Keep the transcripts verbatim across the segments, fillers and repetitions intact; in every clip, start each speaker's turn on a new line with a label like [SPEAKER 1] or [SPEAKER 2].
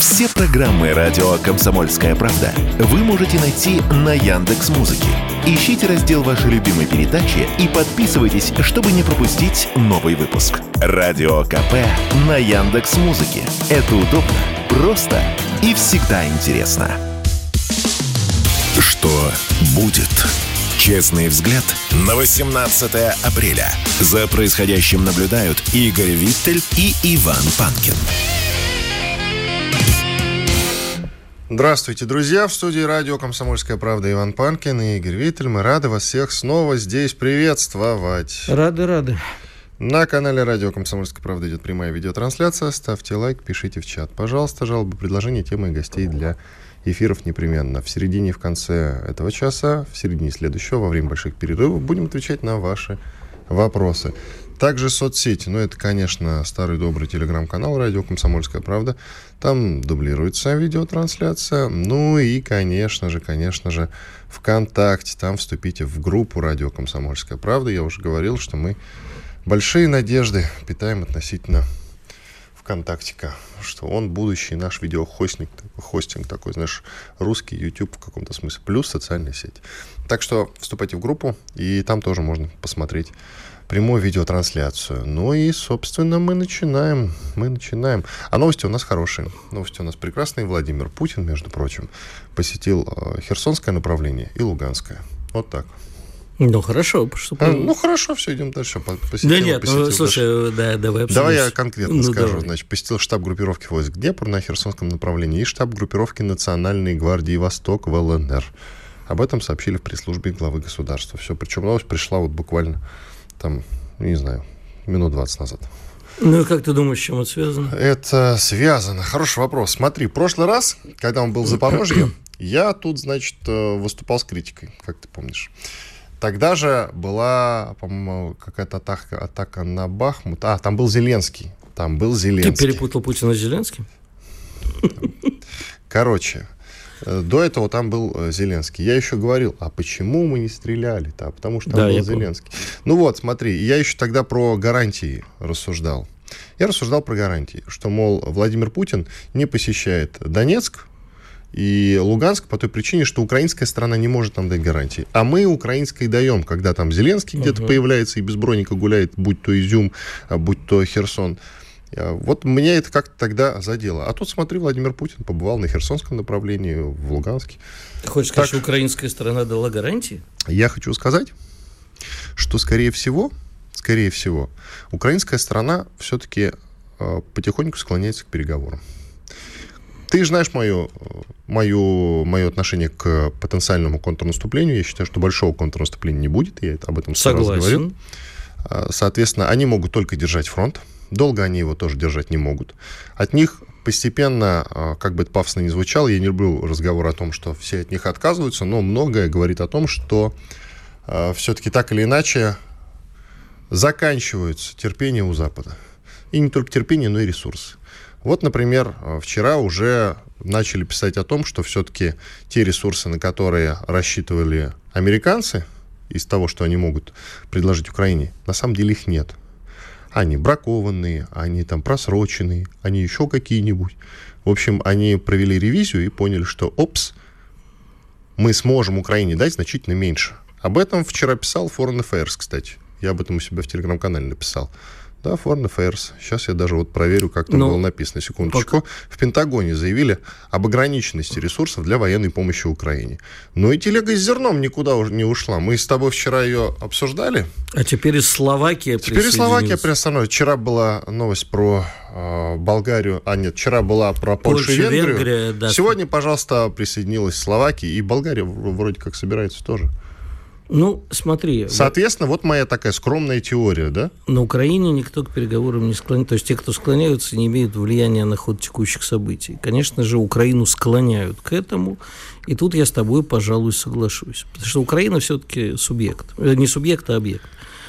[SPEAKER 1] Все программы радио «Комсомольская правда» вы можете найти на Яндекс.Музыке. Ищите раздел вашей любимой передачи и подписывайтесь, чтобы не пропустить новый выпуск. Радио КП на Яндекс.Музыке. Это удобно, просто и всегда интересно. Что будет? Честный взгляд на восемнадцатое апреля. За происходящим наблюдают Игорь Виттель и Иван Панкин.
[SPEAKER 2] Здравствуйте, друзья! В студии радио «Комсомольская правда» Иван Панкин и Игорь Виттель. Мы рады вас всех снова здесь приветствовать.
[SPEAKER 3] Рады, рады.
[SPEAKER 2] На канале радио «Комсомольская правда» идет прямая видеотрансляция. Ставьте лайк, пишите в чат. Пожалуйста, жалобы, предложения, темы и гостей для эфиров непременно. В середине и в конце этого часа, в середине следующего, во время больших перерывов, будем отвечать на ваши вопросы. Также соцсети. Ну, это, конечно, старый добрый телеграм-канал «Радио Комсомольская правда». Там дублируется видеотрансляция. Ну и, конечно же, конечно же, ВКонтакте. Там вступите в группу «Радио Комсомольская правда». Я уже говорил, что мы большие надежды питаем относительно ВКонтактика, что он будущий наш видеохостинг, хостинг такой, знаешь, русский YouTube в каком-то смысле, плюс социальные сети. Так что вступайте в группу, и там тоже можно посмотреть прямую видеотрансляцию. Ну и, собственно, мы начинаем. Мы начинаем. А новости у нас хорошие. Новости у нас прекрасные. Владимир Путин, между прочим, посетил Херсонское направление и Луганское. Вот так.
[SPEAKER 3] Ну, хорошо. Что...
[SPEAKER 2] А, ну, хорошо, все, идем дальше. Посетил,
[SPEAKER 3] да нет,
[SPEAKER 2] посетил,
[SPEAKER 3] ну, слушай, да, давай обсудим.
[SPEAKER 2] Давай я конкретно ну, скажу.
[SPEAKER 3] Давай.
[SPEAKER 2] Значит, посетил штаб группировки войск Днепр на Херсонском направлении и штаб группировки Национальной гвардии Восток в ЛНР. Об этом сообщили в пресс-службе главы государства. Все, причем новость пришла вот буквально там, не знаю, минут двадцать назад.
[SPEAKER 3] Ну и как ты думаешь, с чем это связано?
[SPEAKER 2] Это связано. Хороший вопрос. Смотри, в прошлый раз, когда он был в Запорожье, я тут, значит, выступал с критикой, как ты помнишь. Тогда же была, по-моему, какая-то атака, атака на Бахмут. А, там был Зеленский. Там был Зеленский.
[SPEAKER 3] Ты перепутал Путина с Зеленским?
[SPEAKER 2] Короче, до этого там был Зеленский. Я еще говорил, а почему мы не стреляли-то? А потому что там да, был Зеленский. Помню. Ну вот, смотри, я еще тогда про гарантии рассуждал. Я рассуждал про гарантии, что, мол, Владимир Путин не посещает Донецк и Луганск по той причине, что украинская сторона не может нам дать гарантии. А мы украинской даем, когда там Зеленский где-то uh-huh. появляется и без броника гуляет, будь то Изюм, будь то Херсон. Вот меня это как-то тогда задело. А тут, смотри, Владимир Путин побывал на Херсонском направлении, в Луганске.
[SPEAKER 3] Ты хочешь сказать, так, что украинская сторона дала гарантии?
[SPEAKER 2] Я хочу сказать, что, скорее всего, скорее всего, украинская сторона все-таки э, потихоньку склоняется к переговорам. Ты же знаешь мое, мое, мое отношение к потенциальному контрнаступлению. Я считаю, что большого контрнаступления не будет. Я об этом сто раз говорил. Соответственно, они могут только держать фронт. Долго они его тоже держать не могут. От них постепенно, как бы это пафосно ни звучало, я не люблю разговор о том, что все от них отказываются, но многое говорит о том, что все-таки так или иначе заканчивается терпение у Запада. И не только терпение, но и ресурсы. Вот, например, вчера уже начали писать о том, что все-таки те ресурсы, на которые рассчитывали американцы, из того, что они могут предложить Украине, на самом деле их нет. Они бракованные, они там просроченные, они еще какие-нибудь. В общем, они провели ревизию и поняли, что, опс, мы сможем Украине дать значительно меньше. Об этом вчера писал Foreign Affairs, кстати. Я об этом у себя в телеграм-канале написал. Да, Foreign Affairs. Сейчас я даже вот проверю, как там Но... было написано. Секундочку. Пока... В Пентагоне заявили об ограниченности ресурсов для военной помощи Украине. Ну и телега с зерном никуда уже не ушла. Мы с тобой вчера ее обсуждали.
[SPEAKER 3] А теперь и Словакия
[SPEAKER 2] Теперь и Словакия приостановится. Вчера была новость про э, Болгарию. А нет, вчера была про Польшу и Венгрию.
[SPEAKER 3] Венгрия, да.
[SPEAKER 2] Сегодня, пожалуйста, присоединилась Словакия. И Болгария вроде как собирается тоже.
[SPEAKER 3] Ну, смотри...
[SPEAKER 2] Соответственно, вот моя такая скромная теория, да?
[SPEAKER 3] На Украине никто к переговорам не склоняется. То есть те, кто склоняются, не имеют влияния на ход текущих событий. Конечно же, Украину склоняют к этому. И тут я с тобой, пожалуй, соглашусь. Потому что Украина все-таки субъект. Не субъект, а объект.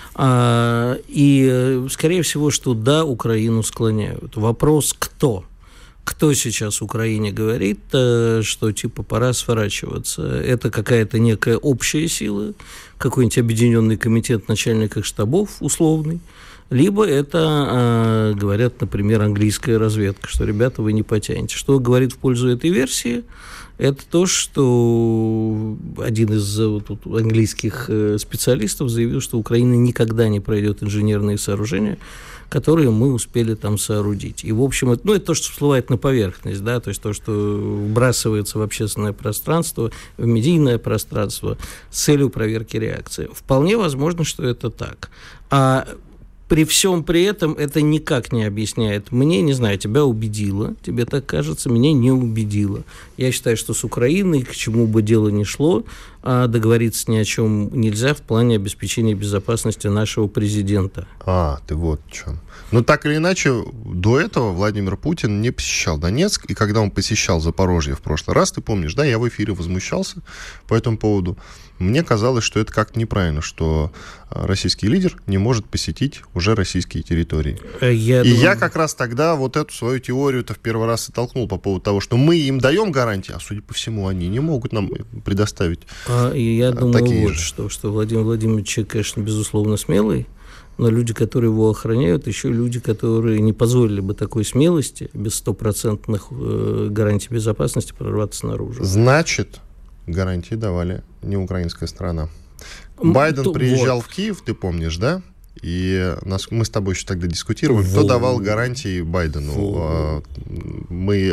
[SPEAKER 3] А, и, скорее всего, что да, Украину склоняют. Вопрос, кто? Кто сейчас Украине говорит, что типа пора сворачиваться? Это какая-то некая общая сила, какой-нибудь объединенный комитет начальников штабов условный, Либо это, говорят, например, английская разведка, что, ребята, вы не потянете. Что говорит в пользу этой версии? Это то, что один из вот, английских специалистов заявил, что Украина никогда не пройдет инженерные сооружения, которые мы успели там соорудить. И, в общем, это, ну, это то, что всплывает на поверхность, да, то есть то, что вбрасывается в общественное пространство, в медийное пространство с целью проверки реакции. Вполне возможно, что это так. А при всем при этом это никак не объясняет. Мне, не знаю, тебя убедило, тебе так кажется, меня не убедило. Я считаю, что с Украиной, к чему бы дело ни шло, договориться ни о чем нельзя в плане обеспечения безопасности нашего президента.
[SPEAKER 2] А, ты вот в чем. Но так или иначе, до этого Владимир Путин не посещал Донецк, и когда он посещал Запорожье в прошлый раз, ты помнишь, да, я в эфире возмущался по этому поводу. Мне казалось, что это как-то неправильно, что российский лидер не может посетить уже российские территории. Я и думаю... я как раз тогда вот эту свою теорию-то в первый раз и толкнул по поводу того, что мы им даем гарантии, а, судя по всему, они не могут нам предоставить
[SPEAKER 3] а, и я думаю,
[SPEAKER 2] такие
[SPEAKER 3] вот
[SPEAKER 2] же.
[SPEAKER 3] Что, что Владимир Владимирович, конечно, безусловно, смелый, но люди, которые его охраняют, еще люди, которые не позволили бы такой смелости без стопроцентных э, гарантий безопасности прорваться наружу.
[SPEAKER 2] Значит, гарантии давали не украинская сторона. Байден То, приезжал вот. в Киев, ты помнишь, да? И нас, мы с тобой еще тогда дискутировали, вот. кто давал гарантии Байдену. Вот. Мы,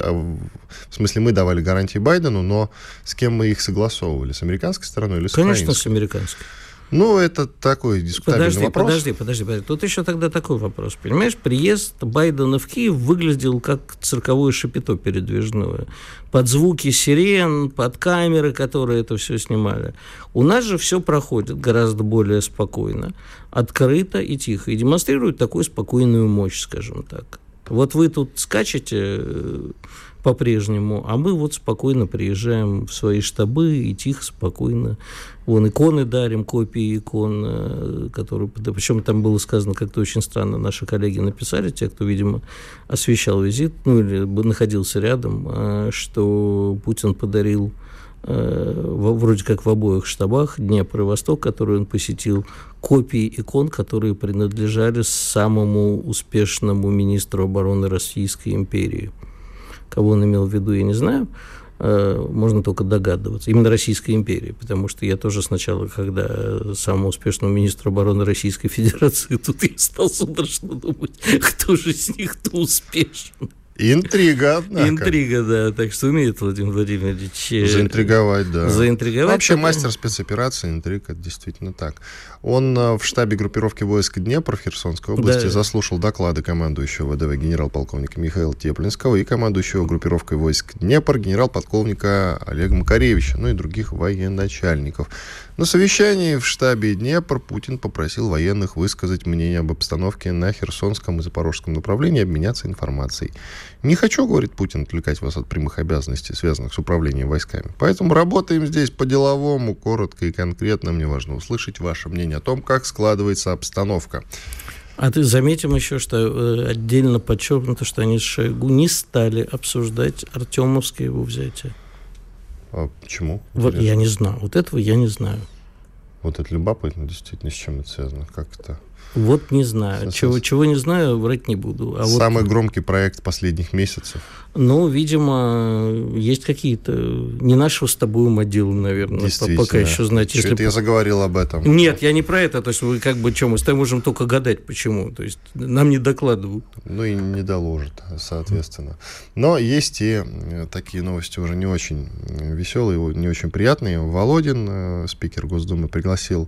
[SPEAKER 2] в смысле, мы давали гарантии Байдену, но с кем мы их согласовывали? С американской стороной или с
[SPEAKER 3] Конечно,
[SPEAKER 2] украинской?
[SPEAKER 3] с американской.
[SPEAKER 2] Ну, это такой дискутабельный
[SPEAKER 3] подожди,
[SPEAKER 2] вопрос.
[SPEAKER 3] Подожди, подожди, подожди. Тут еще тогда такой вопрос. Понимаешь, приезд Байдена в Киев выглядел как цирковое шапито передвижное. Под звуки сирен, под камеры, которые это все снимали. У нас же все проходит гораздо более спокойно, открыто и тихо. И демонстрирует такую спокойную мощь, скажем так. Вот вы тут скачете по-прежнему, а мы вот спокойно приезжаем в свои штабы и тихо, спокойно. Вон иконы дарим, копии икон, которые... Причем там было сказано как-то очень странно. Наши коллеги написали, те, кто, видимо, освещал визит, ну или находился рядом, что Путин подарил вроде как в обоих штабах Днепр и Восток, которые он посетил, копии икон, которые принадлежали самому успешному министру обороны Российской империи. Кого он имел в виду, я не знаю. Можно только догадываться. Именно Российской империи, потому что я тоже сначала, когда самому успешному министру обороны Российской Федерации, тут я стал судорожно думать, кто же из них-то успешен.
[SPEAKER 2] Интрига, однако.
[SPEAKER 3] Интрига, да. Так что умеет Владимир Владимирович...
[SPEAKER 2] Заинтриговать, да.
[SPEAKER 3] Заинтриговать.
[SPEAKER 2] Вообще мастер спецоперации, интриг, это действительно так. Он в штабе группировки войск Днепр в Херсонской области да. заслушал доклады командующего ВДВ генерал-полковника Михаила Теплинского и командующего группировкой войск Днепр генерал-полковника Олега Макаревича, ну и других военачальников. На совещании в штабе Днепр Путин попросил военных высказать мнение об обстановке на Херсонском и Запорожском направлении и обменяться информацией. «Не хочу, — говорит Путин, — отвлекать вас от прямых обязанностей, связанных с управлением войсками. Поэтому работаем здесь по-деловому, коротко и конкретно. Мне важно услышать ваше мнение о том, как складывается обстановка».
[SPEAKER 3] А ты заметим еще, что отдельно подчеркнуто, что они с Шойгу не стали обсуждать Артемовское его взятие.
[SPEAKER 2] А почему?
[SPEAKER 3] Вот я не знаю. Вот этого я не знаю.
[SPEAKER 2] Вот это любопытно, действительно, с чем это связано? Как это?
[SPEAKER 3] Вот не знаю. Чего, чего не знаю, врать не буду. А
[SPEAKER 2] Самый
[SPEAKER 3] вот,
[SPEAKER 2] громкий проект последних месяцев?
[SPEAKER 3] Ну, видимо, есть какие-то... Не нашего с тобой отдела, наверное, пока еще, знаете...
[SPEAKER 2] Если... Это я заговорил об этом.
[SPEAKER 3] Нет, я не про это. То есть вы как бы, что, мы с тобой можем только гадать, почему. То есть нам не докладывают.
[SPEAKER 2] Ну, и не доложат, соответственно. Но есть и такие новости уже не очень веселые, не очень приятные. Володин, спикер Госдумы, пригласил...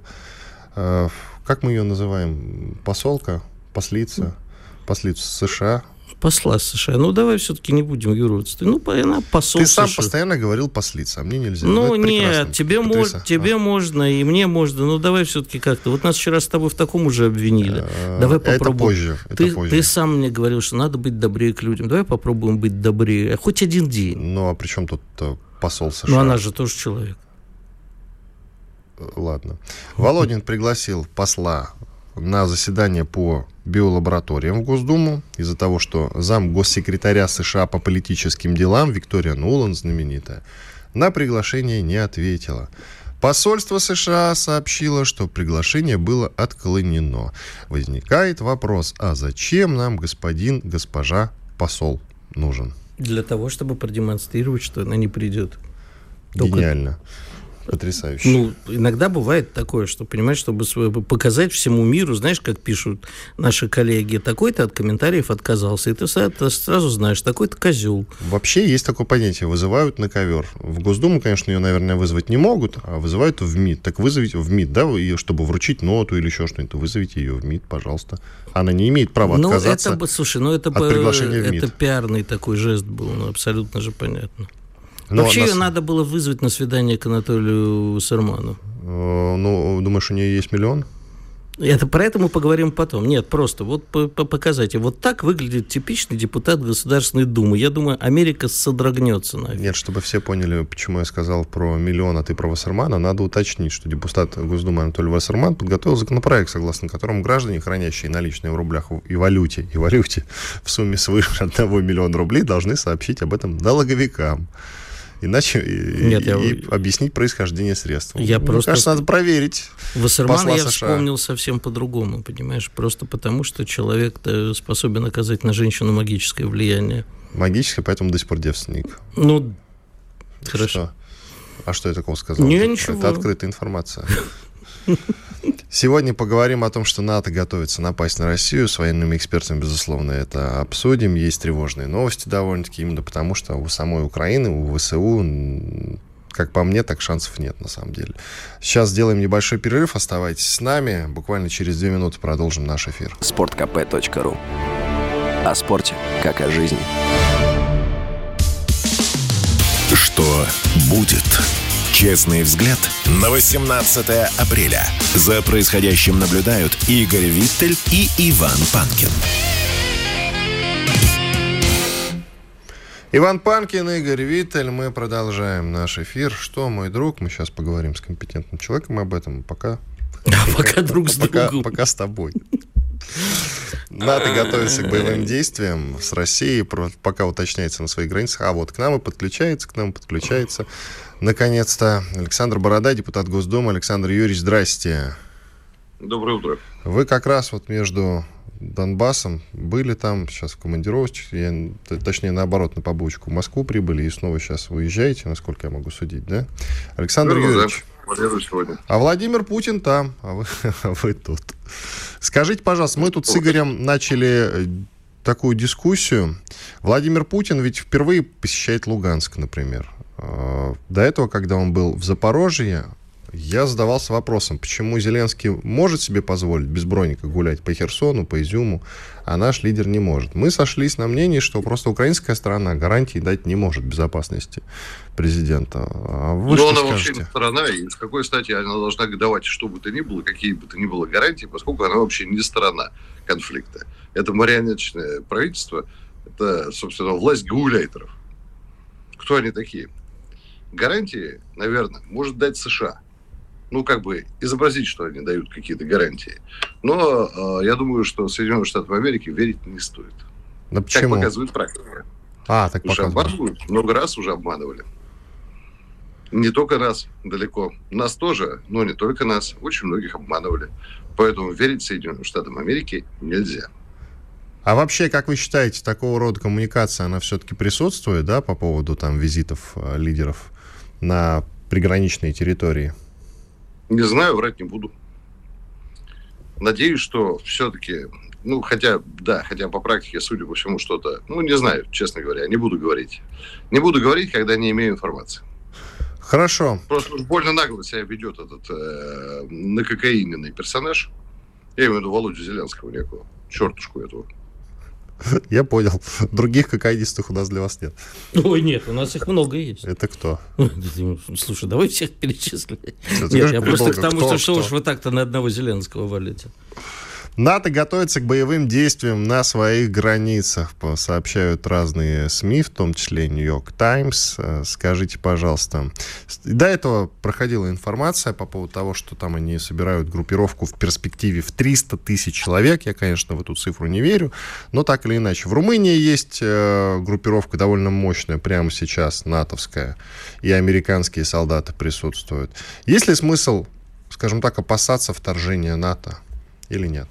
[SPEAKER 2] Как мы ее называем? Посолка? Послица? Послица США?
[SPEAKER 3] Посла США. Ну, давай все-таки не будем юродствовать. Ну, она посол
[SPEAKER 2] Ты сам
[SPEAKER 3] США.
[SPEAKER 2] Постоянно говорил послица, а мне нельзя.
[SPEAKER 3] Ну,
[SPEAKER 2] ну
[SPEAKER 3] нет, тебе, мож, тебе а. можно, и мне можно. Ну, давай все-таки как-то. Вот нас вчера с тобой в таком уже обвинили. А, давай попробуем.
[SPEAKER 2] Это позже. Это
[SPEAKER 3] ты,
[SPEAKER 2] позже.
[SPEAKER 3] Ты сам мне говорил, что надо быть добрее к людям. Давай попробуем быть добрее. Хоть один день.
[SPEAKER 2] Ну, а при чем тут посол США?
[SPEAKER 3] Ну, она же тоже человек.
[SPEAKER 2] Ладно. Володин пригласил посла на заседание по биолабораториям в Госдуму из-за того, что зам госсекретаря США по политическим делам Виктория Нуланд, знаменитая, на приглашение не ответила. Посольство США сообщило, что приглашение было отклонено. Возникает вопрос, а зачем нам господин, госпожа посол нужен?
[SPEAKER 3] Для того, чтобы продемонстрировать, что она не придет.
[SPEAKER 2] Гениально. Только... Потрясающе.
[SPEAKER 3] Ну, иногда бывает такое, что, понимаешь, чтобы показать всему миру, знаешь, как пишут наши коллеги, такой-то от комментариев отказался, и ты сразу знаешь, такой-то козел.
[SPEAKER 2] Вообще есть такое понятие, вызывают на ковер. В Госдуму, конечно, ее, наверное, вызвать не могут, а вызывают в МИД. Так вызовите в МИД, да, и чтобы вручить ноту или еще что-нибудь, вызовите ее в МИД, пожалуйста. Она не имеет права
[SPEAKER 3] ну,
[SPEAKER 2] отказаться
[SPEAKER 3] это, слушай, ну, это,
[SPEAKER 2] от приглашения в МИД.
[SPEAKER 3] Это пиарный такой жест был, ну, абсолютно же понятно.
[SPEAKER 2] Но
[SPEAKER 3] Вообще
[SPEAKER 2] нас...
[SPEAKER 3] ее надо было вызвать на свидание к Анатолию Вассерману.
[SPEAKER 2] Ну, думаешь, у нее есть миллион?
[SPEAKER 3] Это про это мы поговорим потом. Нет, просто вот показать. Вот так выглядит типичный депутат Государственной Думы. Я думаю, Америка содрогнется нафиг.
[SPEAKER 2] Нет, чтобы все поняли, почему я сказал про миллион, а ты про Вассермана, надо уточнить, что депутат Госдумы Анатолий Вассерман подготовил законопроект, согласно которому граждане, хранящие наличные в рублях и валюте, и валюте в сумме свыше одного миллиона рублей, должны сообщить об этом налоговикам. Иначе Нет, и, я... и объяснить происхождение средств.
[SPEAKER 3] Я
[SPEAKER 2] Мне
[SPEAKER 3] просто...
[SPEAKER 2] кажется, надо проверить.
[SPEAKER 3] Вассермана я США. Вспомнил совсем по-другому, понимаешь? Просто потому, что человек способен оказать на женщину магическое влияние.
[SPEAKER 2] Магическое, поэтому до сих пор девственник.
[SPEAKER 3] Ну, хорошо.
[SPEAKER 2] Что? А что я такого сказал?
[SPEAKER 3] Не, ничего.
[SPEAKER 2] Это открытая информация. Сегодня поговорим о том, что НАТО готовится напасть на Россию. С военными экспертами, безусловно, это обсудим. Есть тревожные новости довольно-таки, именно потому, что у самой Украины, у ВСУ, как по мне, так шансов нет, на самом деле. Сейчас сделаем небольшой перерыв. Оставайтесь с нами. Буквально через две минуты продолжим наш эфир.
[SPEAKER 4] спорт кей пи точка ру. О спорте, как о жизни.
[SPEAKER 1] Что будет? Честный взгляд на восемнадцатое апреля. За происходящим наблюдают Игорь Виттель и Иван Панкин.
[SPEAKER 2] Иван Панкин, Игорь Виттель. Мы продолжаем наш эфир. Что, мой друг, мы сейчас поговорим с компетентным человеком об этом. Пока...
[SPEAKER 3] А пока друг с другом.
[SPEAKER 2] Пока с тобой. НАТО готовится к боевым действиям с Россией, пока уточняется на своих границах. А вот к нам и подключается, к нам и подключается. Наконец-то Александр Бородай, депутат Госдумы. Александр Юрьевич, здрасте.
[SPEAKER 5] Доброе утро.
[SPEAKER 2] Вы как раз вот между Донбассом были там, сейчас в командировочке, точнее, наоборот, на побучку в Москву прибыли, и снова сейчас выезжаете, насколько я могу судить, да? Александр
[SPEAKER 5] Верно,
[SPEAKER 2] Юрьевич.
[SPEAKER 5] Да.
[SPEAKER 2] А Владимир Путин там, а вы, а вы тут. Скажите, пожалуйста, мы тут с Игорем начали такую дискуссию. Владимир Путин ведь впервые посещает Луганск, например. До этого, когда он был в Запорожье, я задавался вопросом, почему Зеленский может себе позволить без броника гулять по Херсону, по Изюму, а наш лидер не может. Мы сошлись на мнении, что просто украинская сторона гарантии дать не может безопасности президента. А вы
[SPEAKER 5] Но
[SPEAKER 2] что
[SPEAKER 5] она
[SPEAKER 2] скажете?
[SPEAKER 5] вообще не сторона, и с какой стати она должна давать что бы то ни было, какие бы то ни было гарантии, поскольку она вообще не сторона конфликта. Это марионеточное правительство, это, собственно, власть гауляйтеров. Кто они такие? Гарантии, наверное, может дать США. Ну, как бы изобразить, что они дают какие-то гарантии. Но э, я думаю, что Соединенным Штатам Америки верить не стоит.
[SPEAKER 2] Но почему?
[SPEAKER 5] Так показывает практика.
[SPEAKER 2] А, так
[SPEAKER 5] уже
[SPEAKER 2] показывает.
[SPEAKER 5] Обманывают, много раз уже обманывали. Не только нас далеко. Нас тоже, но не только нас. Очень многих обманывали. Поэтому верить Соединенным Штатам Америки нельзя.
[SPEAKER 2] А вообще, как вы считаете, такого рода коммуникация, она все-таки присутствует, да, по поводу там визитов э, лидеров на приграничные территории?
[SPEAKER 5] Не знаю, врать не буду. Надеюсь, что все-таки, ну, хотя, да, хотя по практике, судя по всему, что-то, ну, не знаю, честно говоря, не буду говорить. Не буду говорить, когда не имею информации.
[SPEAKER 2] Хорошо.
[SPEAKER 5] Просто уж больно нагло себя ведет этот э, накокаиненный персонаж. Я имею в виду Володю Зеленского некого, чертушку этого.
[SPEAKER 2] Я понял. Других кокаинистых у нас для вас нет.
[SPEAKER 3] Ой, нет, у нас их много есть.
[SPEAKER 2] Это кто?
[SPEAKER 3] Слушай, давай всех перечислим.
[SPEAKER 2] Нет,
[SPEAKER 3] нет, я просто
[SPEAKER 2] долго.
[SPEAKER 3] к тому,
[SPEAKER 2] кто,
[SPEAKER 3] что, что
[SPEAKER 2] кто?
[SPEAKER 3] уж вы так-то на одного Зеленского валите.
[SPEAKER 2] НАТО готовится к боевым действиям на своих границах, сообщают разные СМИ, в том числе Нью-Йорк Таймс. Скажите, пожалуйста, до этого проходила информация по поводу того, что там они собирают группировку в перспективе в триста тысяч человек. Я, конечно, в эту цифру не верю, но так или иначе. В Румынии есть группировка довольно мощная прямо сейчас, натовская, и американские солдаты присутствуют. Есть ли смысл, скажем так, опасаться вторжения НАТО или нет?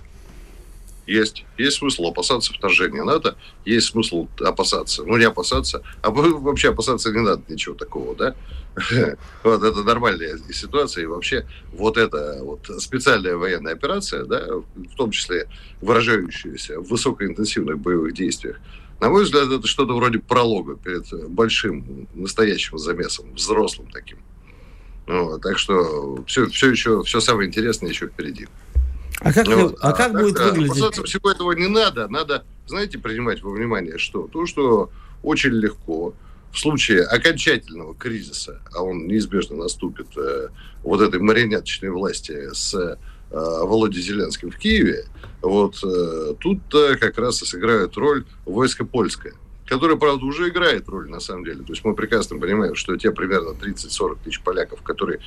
[SPEAKER 5] Есть. Есть смысл опасаться вторжения НАТО, есть смысл опасаться, ну не опасаться, а вообще опасаться не надо ничего такого, да? Вот это нормальная ситуация, и вообще вот эта вот специальная военная операция, да, в том числе выражающаяся в высокоинтенсивных боевых действиях, на мой взгляд, это что-то вроде пролога перед большим настоящим замесом, взрослым таким. Ну, так что все, все еще, все самое интересное еще впереди.
[SPEAKER 3] А как,
[SPEAKER 5] вот.
[SPEAKER 3] а как
[SPEAKER 5] а,
[SPEAKER 3] будет
[SPEAKER 5] так,
[SPEAKER 3] выглядеть?
[SPEAKER 5] Опасаться всего этого не надо. Надо, знаете, принимать во внимание что? То, что очень легко в случае окончательного кризиса, а он неизбежно наступит, э, вот этой марионеточной власти с э, Володей Зеленским в Киеве, вот э, тут э, как раз и сыграют роль войско польское, которое, правда, уже играет роль на самом деле. То есть мы прекрасно понимаем, что те примерно тридцать-сорок тысяч поляков, которые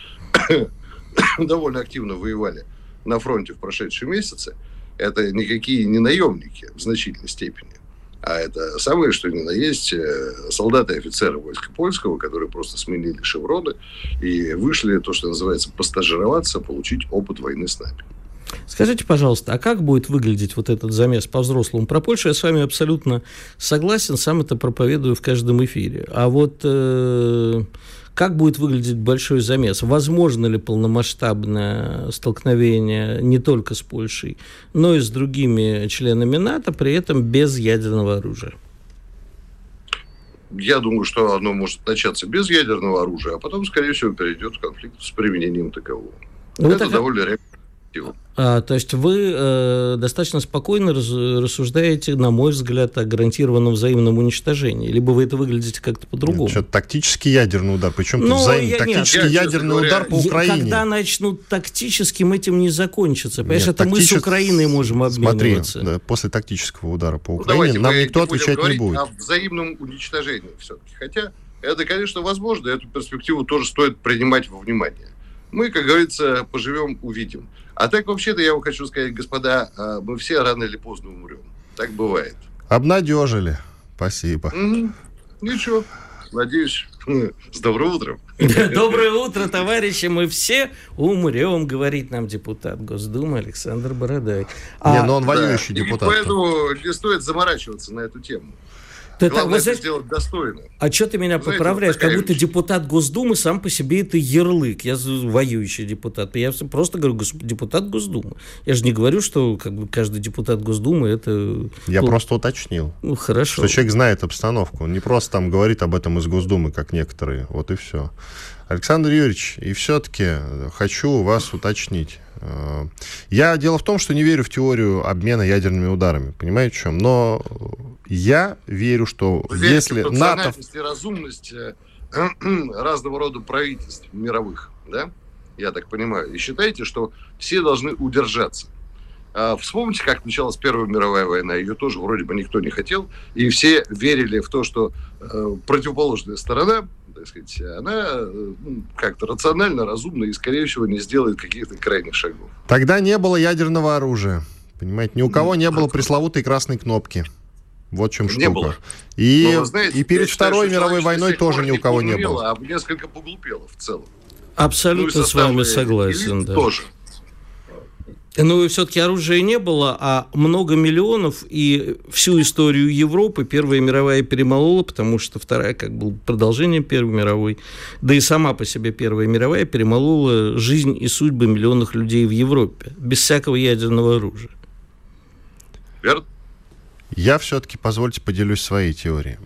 [SPEAKER 5] довольно активно воевали на фронте в прошедшие месяцы, это никакие не наемники в значительной степени, а это самое, что ни на есть, солдаты и офицеры войска польского, которые просто сменили шевроны и вышли, то, что называется, постажироваться, получить опыт войны с нами.
[SPEAKER 3] Скажите, пожалуйста, а как будет выглядеть вот этот замес по-взрослому? Про Польшу я с вами абсолютно согласен, сам это проповедую в каждом эфире. А вот э, как будет выглядеть большой замес? Возможно ли полномасштабное столкновение не только с Польшей, но и с другими членами НАТО, при этом без ядерного оружия?
[SPEAKER 5] Я думаю, что оно может начаться без ядерного оружия, а потом, скорее всего, перейдет в конфликт с применением такового.
[SPEAKER 3] Вот
[SPEAKER 5] это
[SPEAKER 3] так...
[SPEAKER 5] довольно реально.
[SPEAKER 3] А, то есть вы э, достаточно спокойно раз, рассуждаете, на мой взгляд, о гарантированном взаимном уничтожении. Либо вы это выглядите как-то по-другому.
[SPEAKER 2] Нет, что-то тактический ядерный удар. Причем тут
[SPEAKER 3] ну,
[SPEAKER 2] взаимный
[SPEAKER 3] я,
[SPEAKER 2] тактический
[SPEAKER 3] нет,
[SPEAKER 2] ядерный
[SPEAKER 5] говоря,
[SPEAKER 2] удар по Украине.
[SPEAKER 3] Когда начнут тактическим, этим не закончится. Понимаешь,
[SPEAKER 2] Нет,
[SPEAKER 3] это
[SPEAKER 2] тактичес...
[SPEAKER 3] мы с Украиной можем обмениваться.
[SPEAKER 2] Смотри, да, после тактического удара по
[SPEAKER 5] Ну,
[SPEAKER 2] Украине
[SPEAKER 5] давайте,
[SPEAKER 2] нам никто отвечать не будет.
[SPEAKER 5] О взаимном уничтожении все-таки. Хотя это, конечно, возможно. Эту перспективу тоже стоит принимать во внимание. Мы, как говорится, поживем, увидим. А так, вообще-то, я вам хочу сказать, господа, мы все рано или поздно умрем. Так бывает.
[SPEAKER 2] Обнадежили. Спасибо.
[SPEAKER 5] Угу. Ничего. Надеюсь. С добрым утром.
[SPEAKER 3] Доброе утро, товарищи. Мы все умрем, говорит нам депутат Госдумы Александр Бородай.
[SPEAKER 2] А... Не, но он воюющий
[SPEAKER 5] да.
[SPEAKER 2] депутат.
[SPEAKER 5] И поэтому не стоит заморачиваться на эту тему.
[SPEAKER 3] Ты
[SPEAKER 5] Главное,
[SPEAKER 3] так,
[SPEAKER 5] это
[SPEAKER 3] знаете,
[SPEAKER 5] сделать достойно.
[SPEAKER 3] А что ты меня
[SPEAKER 5] Знаете,
[SPEAKER 3] поправляешь?
[SPEAKER 5] вот
[SPEAKER 3] Как будто
[SPEAKER 5] вещь.
[SPEAKER 3] депутат Госдумы сам по себе это ярлык. Я воюющий депутат. Я просто говорю, депутат Госдумы. Я же не говорю, что как бы, каждый депутат Госдумы это...
[SPEAKER 2] Я
[SPEAKER 3] ну,
[SPEAKER 2] просто уточнил.
[SPEAKER 3] Ну, хорошо.
[SPEAKER 2] Что человек знает обстановку. Он не просто там говорит об этом из Госдумы, как некоторые. Вот и все. Александр Юрьевич, и все-таки хочу вас уточнить. Я дело в том, что не верю в теорию обмена ядерными ударами. Понимаете, в чем? Но я верю, что
[SPEAKER 5] Вы верите
[SPEAKER 2] если
[SPEAKER 5] в
[SPEAKER 2] НАТО...
[SPEAKER 5] и разумность разного рода правительств мировых, да? Я так понимаю. И считаете, что все должны удержаться. А вспомните, как началась Первая мировая война. Ее тоже вроде бы никто не хотел. И все верили в то, что э, противоположная сторона, так сказать, она ну, как-то рационально, разумно и, скорее всего, не сделает каких-то крайних шагов.
[SPEAKER 2] Тогда не было ядерного оружия. Понимаете, ни у кого не было пресловутой красной кнопки. Вот в чем штука.
[SPEAKER 5] Не было.
[SPEAKER 2] И,
[SPEAKER 5] Но, знаете,
[SPEAKER 2] и перед
[SPEAKER 5] считаю,
[SPEAKER 2] Второй мировой войной тоже ни у кого не
[SPEAKER 5] умело,
[SPEAKER 2] было.
[SPEAKER 5] А несколько поглупело в целом.
[SPEAKER 3] Абсолютно
[SPEAKER 5] ну,
[SPEAKER 3] с вами согласен. Да.
[SPEAKER 5] Тоже.
[SPEAKER 3] Но все-таки оружия не было, а много миллионов, и всю историю Европы Первая мировая перемолола, потому что Вторая, как был продолжением Первой мировой, да и сама по себе Первая мировая перемолола жизнь и судьбы миллионов людей в Европе, без всякого ядерного оружия.
[SPEAKER 5] Верно?
[SPEAKER 2] Я все-таки, позвольте, поделюсь своей теорией.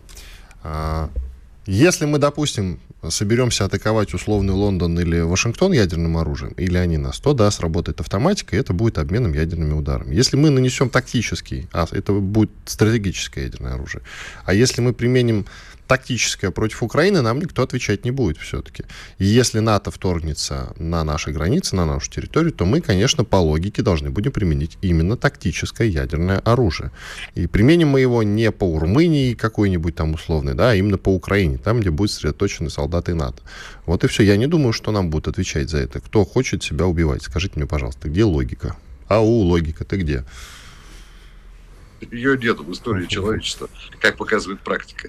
[SPEAKER 2] Если мы, допустим, соберемся атаковать условный Лондон или Вашингтон ядерным оружием, или они нас, то да, сработает автоматика, и это будет обменом ядерными ударами. Если мы нанесем тактический, а это будет стратегическое ядерное оружие, а если мы применим тактическое против Украины, нам никто отвечать не будет все-таки. И если НАТО вторгнется на наши границы, на нашу территорию, то мы, конечно, по логике должны будем применить именно тактическое ядерное оружие. И применим мы его не по Румынии какой-нибудь там условной, да, а именно по Украине, там, где будут сосредоточены солдаты НАТО. Вот и все. Я не думаю, что нам будут отвечать за это. Кто хочет себя убивать? Скажите мне, пожалуйста, где логика? Ау, логика, ты где?
[SPEAKER 5] Ее нет в истории человечества, как показывает практика.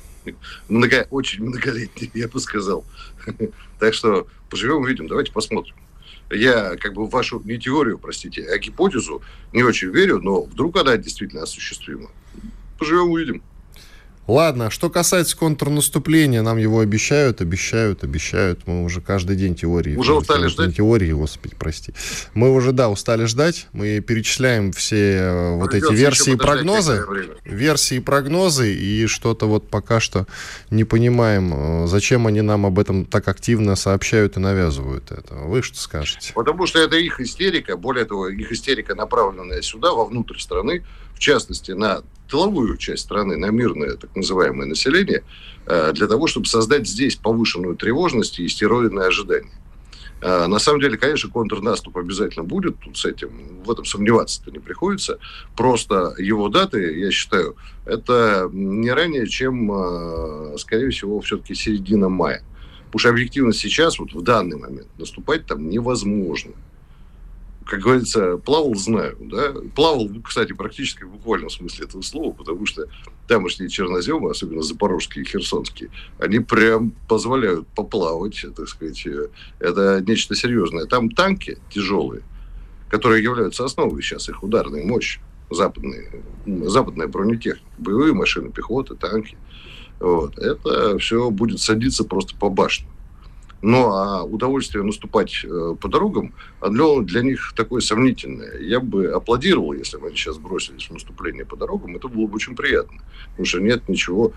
[SPEAKER 5] Много, очень многолетняя, я бы сказал. Так что поживем, увидим. Давайте посмотрим. Я как бы в вашу не теорию, простите, а гипотезу не очень верю, но вдруг она действительно осуществима. Поживем, увидим.
[SPEAKER 2] Ладно, что касается контрнаступления, нам его обещают, обещают, обещают. Мы уже каждый день теории.
[SPEAKER 5] Уже устали ждать?
[SPEAKER 2] Не теории, господи, прости. Мы уже, да, устали ждать. Мы перечисляем все вот эти версии и прогнозы. Версии и прогнозы. И что-то вот пока что не понимаем, зачем они нам об этом так активно сообщают и навязывают это. Вы что скажете?
[SPEAKER 5] Потому что это их истерика. Более того, их истерика, направленная сюда, вовнутрь страны, в частности, на тыловую часть страны, на мирное так называемое население, для того, чтобы создать здесь повышенную тревожность и стероидные ожидания. На самом деле, конечно, контрнаступ обязательно будет, тут с этим, в этом сомневаться-то не приходится. Просто его даты, я считаю, это не ранее, чем, скорее всего, все-таки середина мая. Потому что объективно сейчас, вот в данный момент, наступать там невозможно. Как говорится, плавал, знаю, да. Плавал, кстати, практически в буквальном смысле этого слова, потому что тамошние черноземы, особенно запорожские и херсонские, они прям позволяют поплавать, так сказать. Это нечто серьезное. Там танки тяжелые, которые являются основой сейчас их ударной мощи, западные, западная бронетехника, боевые машины пехоты, танки. Вот. Это все будет садиться просто по башням. Ну, а удовольствие наступать э, по дорогам, оно для них такое сомнительное. Я бы аплодировал, если бы они сейчас бросились в наступление по дорогам. Это было бы очень приятно. Потому что нет ничего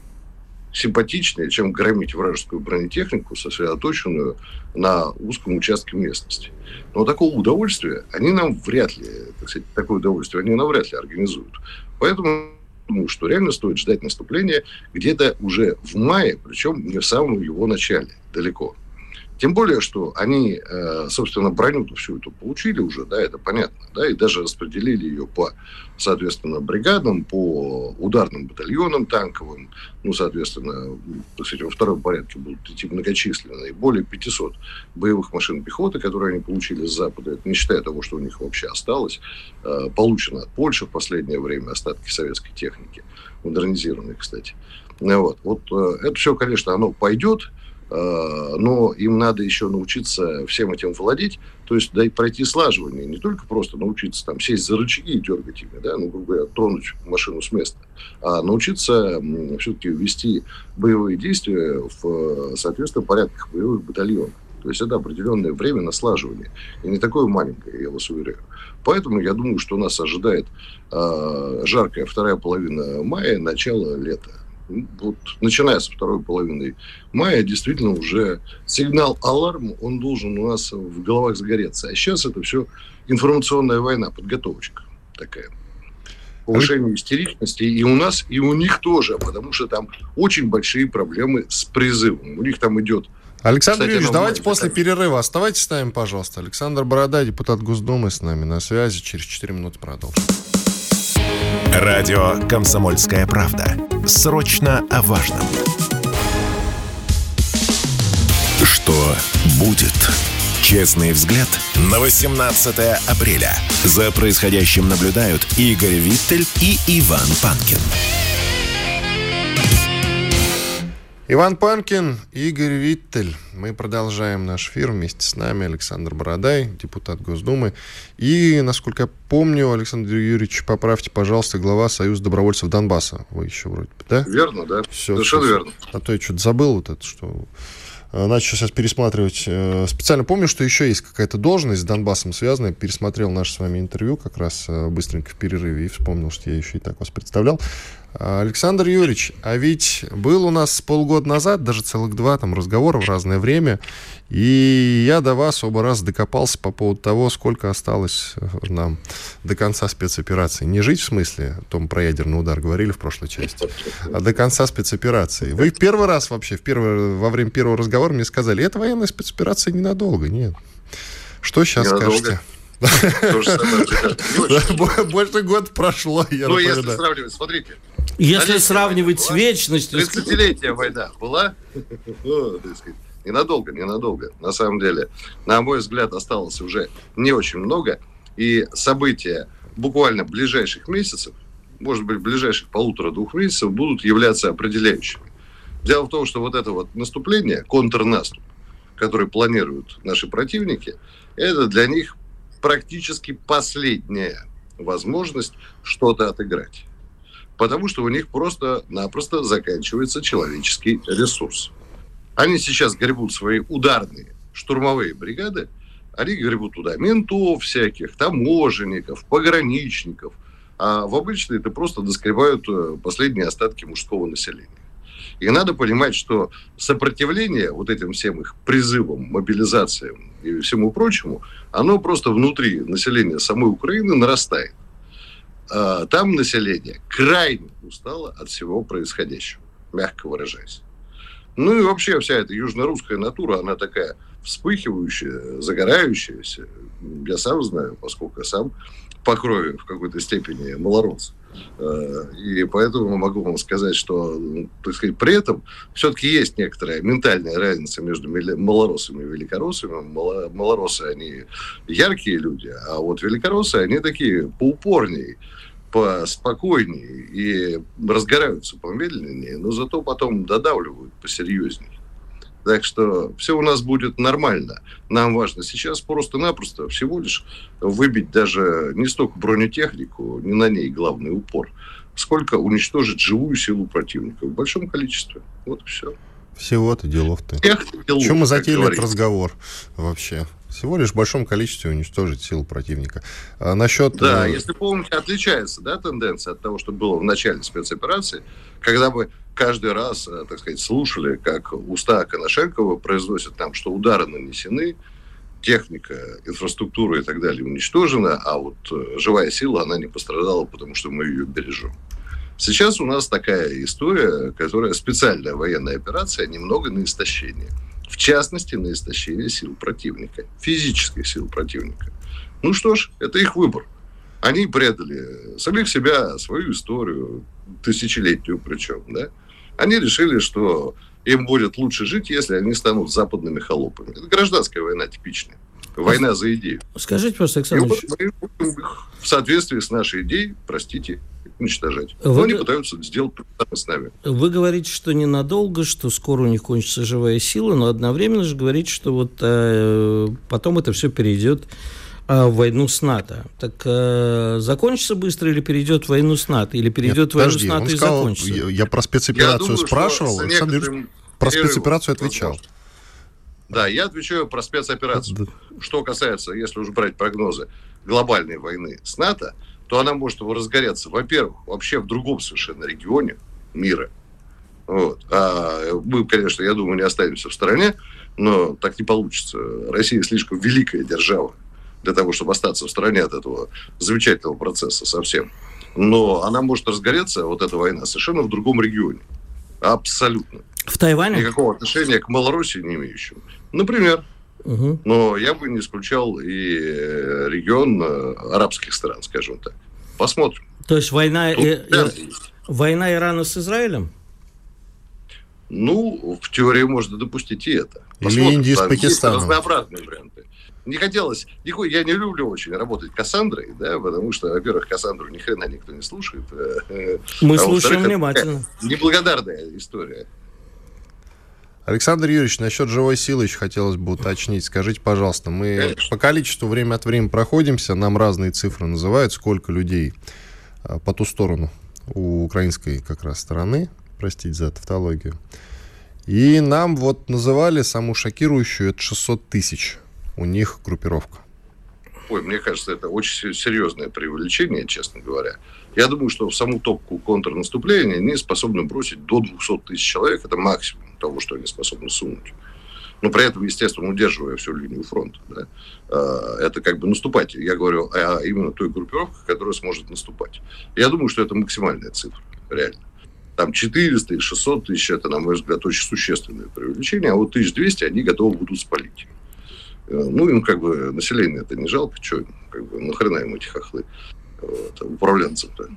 [SPEAKER 5] симпатичнее, чем громить вражескую бронетехнику, сосредоточенную на узком участке местности. Но такого удовольствия они нам вряд ли, так сказать, такое удовольствие они нам вряд ли организуют. Поэтому думаю, что реально стоит ждать наступления где-то уже в мае, причем не в самом его начале, далеко. Тем более, что они, собственно, броню-то всю эту получили уже, да, это понятно, да, и даже распределили ее по, соответственно, бригадам, по ударным батальонам танковым, ну, соответственно, так сказать, во втором порядке будут идти многочисленные, более пятисот боевых машин пехоты, которые они получили с Запада, это не считая того, что у них вообще осталось, получено от Польши в последнее время остатки советской техники, модернизированной, кстати. Вот, вот это все, конечно, оно пойдет, но им надо еще научиться всем этим владеть, то есть да, и пройти слаживание, не только просто научиться там сесть за рычаги и дергать ими, да, ну, грубо говоря, тронуть машину с места, а научиться все-таки вести боевые действия в соответственно порядках боевых батальонов. То есть это определенное время на слаживание. И не такое маленькое, я вас уверяю. Поэтому я думаю, что нас ожидает э, жаркая вторая половина мая, начало лета. Вот, начиная со второй половины мая, действительно уже сигнал аларм, он должен у нас в головах загореться. А сейчас это все информационная война, подготовочка такая. Повышение истеричности и у нас, и у них тоже, потому что там очень большие проблемы с призывом. У них там идет...
[SPEAKER 2] Александр Кстати, Юрьевич, давайте после перерыва оставайтесь с нами, пожалуйста. Александр Бородай, депутат Госдумы, с нами на связи. Через четыре минуты продолжим.
[SPEAKER 1] Радио «Комсомольская правда». Срочно о важном. Что будет? Честный взгляд на восемнадцатое апреля. За происходящим наблюдают Игорь Виттель и Иван Панкин.
[SPEAKER 2] Иван Панкин, Игорь Виттель. Мы продолжаем наш эфир. Вместе с нами Александр Бородай, депутат Госдумы. И, насколько я помню, Александр Юрьевич, поправьте, пожалуйста, глава Союза добровольцев Донбасса. Вы еще вроде бы, да?
[SPEAKER 5] Верно, да.
[SPEAKER 2] Все,
[SPEAKER 5] совершенно
[SPEAKER 2] все,
[SPEAKER 5] верно.
[SPEAKER 2] А то я что-то забыл вот это, что... Начал сейчас пересматривать. Специально помню, что еще есть какая-то должность с Донбассом связанная. Пересмотрел наше с вами интервью как раз быстренько в перерыве и вспомнил, что я еще и так вас представлял. Александр Юрьевич, а ведь был у нас полгода назад, даже целых два там разговора в разное время, и я до вас оба раза докопался по поводу того, сколько осталось нам до конца спецоперации. Не жить в смысле, Том, про ядерный удар говорили в прошлой части, а до конца спецоперации. Вы первый раз вообще, в первый, во время первого разговора мне сказали, это военная спецоперация ненадолго. Нет. Что сейчас скажете? Больше года прошло, я
[SPEAKER 5] Ну, если сравнивать, смотрите.
[SPEAKER 3] Если сравнивать с вечностью...
[SPEAKER 5] тридцатилетняя война была? Ненадолго, ненадолго. На самом деле, на мой взгляд, осталось уже не очень много. И события буквально ближайших месяцев, может быть, ближайших полутора-двух месяцев, будут являться определяющими. Дело в том, что вот это вот наступление, контрнаступ, который планируют наши противники, это для них практически последняя возможность что-то отыграть. Потому что у них просто-напросто заканчивается человеческий ресурс. Они сейчас гребут свои ударные штурмовые бригады, они гребут туда ментов всяких, таможенников, пограничников, а в обычные это просто доскребают последние остатки мужского населения. И надо понимать, что сопротивление вот этим всем их призывам, мобилизациям и всему прочему, оно просто внутри населения самой Украины нарастает. А там население крайне устало от всего происходящего, мягко выражаясь. Ну и вообще вся эта южнорусская натура, она такая вспыхивающая, загорающаяся. Я сам знаю, поскольку я сам по крови в какой-то степени малорос. И поэтому могу вам сказать, что, так сказать, при этом все-таки есть некоторая ментальная разница между малоросами и великороссами. Малоросы, они яркие люди, а вот великороссы, они такие поупорнее, поспокойнее и разгораются помедленнее, но зато потом додавливают посерьезнее. Так что все у нас будет нормально. Нам важно сейчас просто-напросто всего лишь выбить даже не столько бронетехнику, не на ней главный упор, сколько уничтожить живую силу противника в большом количестве. Вот и все.
[SPEAKER 2] Всего-то делов-то. Чем мы затеяли этот разговор вообще? Всего лишь в большом количестве уничтожить силу противника. А насчет...
[SPEAKER 5] Да, если помните, отличается, да, тенденция от того, что было в начале спецоперации, когда мы каждый раз, так сказать, слушали, как уста Коношенкова произносят там, что удары нанесены, техника, инфраструктура и так далее уничтожена, а вот живая сила, она не пострадала, потому что мы ее бережем. Сейчас у нас такая история, которая специальная военная операция, немного на истощение. В частности, на истощение сил противника, физических сил противника. Ну что ж, это их выбор. Они предали самих себя, свою историю, тысячелетнюю причем, да? Они решили, что им будет лучше жить, если они станут западными холопами. Это гражданская война типичная. Война за идею.
[SPEAKER 3] Скажите просто, Александр Ильич...
[SPEAKER 5] И вот мы будем их в соответствии с нашей идеей, простите, уничтожать. Но Вы... они пытаются сделать с нами.
[SPEAKER 3] Вы говорите, что ненадолго, что скоро у них кончится живая сила, но одновременно же говорите, что вот э, потом это все перейдет э, в войну с НАТО. Так э, закончится быстро или перейдет в войну с НАТО? Или перейдет Нет, в войну подожди, с НАТО и сказал, закончится?
[SPEAKER 2] Я, я про спецоперацию я думаю, спрашивал, Александр Юрьевич про спецоперацию отвечал.
[SPEAKER 5] Возможно. Да, я отвечаю про спецоперацию. Что касается, если уж брать прогнозы глобальной войны с НАТО, то она может разгореться, во-первых, вообще в другом совершенно регионе мира. Вот. А мы, конечно, я думаю, не останемся в стороне, но так не получится. Россия слишком великая держава для того, чтобы остаться в стороне от этого замечательного процесса совсем. Но она может разгореться, вот эта война, совершенно в другом регионе. Абсолютно.
[SPEAKER 3] В Тайване?
[SPEAKER 5] Никакого отношения к Малороссии не имеющему. Например. Угу. Но я бы не исключал и регион арабских стран, скажем так. Посмотрим.
[SPEAKER 3] То есть война, э, э, война Ирана с Израилем?
[SPEAKER 5] Ну, в теории можно допустить и это.
[SPEAKER 2] Посмотрим. Или Индия с Пакистаном.
[SPEAKER 5] Разнообразные варианты. Не хотелось, я не люблю очень работать Кассандрой, да, потому что, во-первых, Кассандру ни хрена никто не слушает.
[SPEAKER 3] Мы а слушаем внимательно.
[SPEAKER 5] Неблагодарная история.
[SPEAKER 2] Александр Юрьевич, насчет живой силы еще хотелось бы уточнить. Скажите, пожалуйста, мы Конечно. по количеству время от времени проходимся, нам разные цифры называют, сколько людей по ту сторону у украинской как раз стороны, простите за тавтологию. И нам вот называли самую шокирующую, это шестьсот тысяч у них группировка.
[SPEAKER 5] ой, мне кажется, это очень серьезное преувеличение, честно говоря. Я думаю, что в саму топку контрнаступления они способны бросить до двухсот тысяч человек. Это максимум того, что они способны сунуть. Но при этом, естественно, удерживая всю линию фронта. Да? Это как бы наступать. Я говорю о именно той группировке, которая сможет наступать. Я думаю, что это максимальная цифра, реально. Там четыреста и шестьсот тысяч, это, на мой взгляд, очень существенное преувеличение. А вот тысяча двести они готовы будут спалить. Ну, им как бы население это не жалко. Что, как бы, нахрена им эти хохлы? Вот, управленцам-то.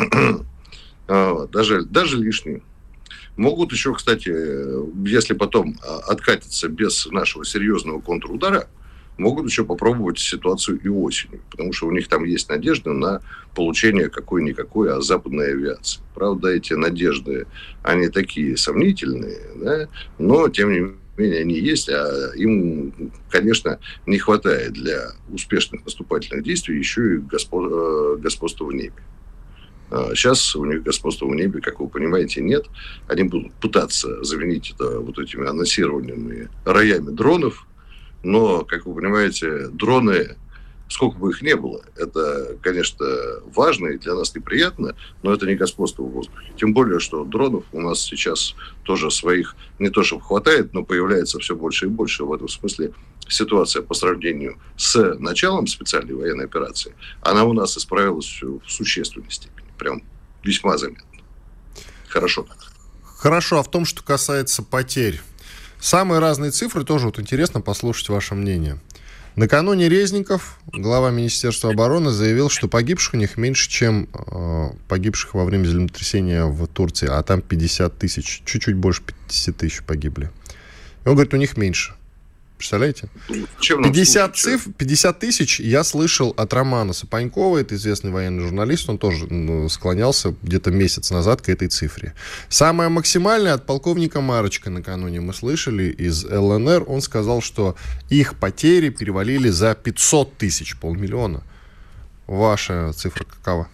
[SPEAKER 5] Даже, даже лишние. Могут еще, кстати, если потом откатиться без нашего серьезного контрудара, могут еще попробовать ситуацию и осенью, потому что у них там есть надежда на получение какой-никакой а западной авиации. Правда, эти надежды, они такие сомнительные, да? Но, тем не менее, они есть, а им, конечно, не хватает для успешных наступательных действий еще и госпо- господства в небе. Сейчас у них господства в небе, как вы понимаете, нет. Они будут пытаться заменить это вот этими анонсированными роями дронов, но, как вы понимаете, дроны, сколько бы их ни было, это, конечно, важно и для нас неприятно, но это не господство в воздухе. Тем более, что дронов у нас сейчас тоже своих не то чтобы хватает, но появляется все больше и больше. В этом смысле ситуация по сравнению с началом специальной военной операции, она у нас исправилась в существенной степени. Прям весьма заметно. Хорошо.
[SPEAKER 2] Хорошо, а в том, что касается потерь. Самые разные цифры, тоже вот интересно послушать ваше мнение. Накануне Резников, глава Министерства обороны, заявил, что погибших у них меньше, чем э, погибших во время землетрясения в Турции, а там пятьдесят тысяч, чуть-чуть больше пятьдесят тысяч погибли. И он говорит, у них меньше. Представляете? пятьдесят, цифр, пятьдесят тысяч я слышал от Романа Сапанькова, это известный военный журналист, он тоже ну, склонялся где-то месяц назад к этой цифре. Самое максимальное от полковника Марочка накануне мы слышали из эл эн эр, он сказал, что их потери перевалили за пятьсот тысяч, полмиллиона. Ваша цифра какова?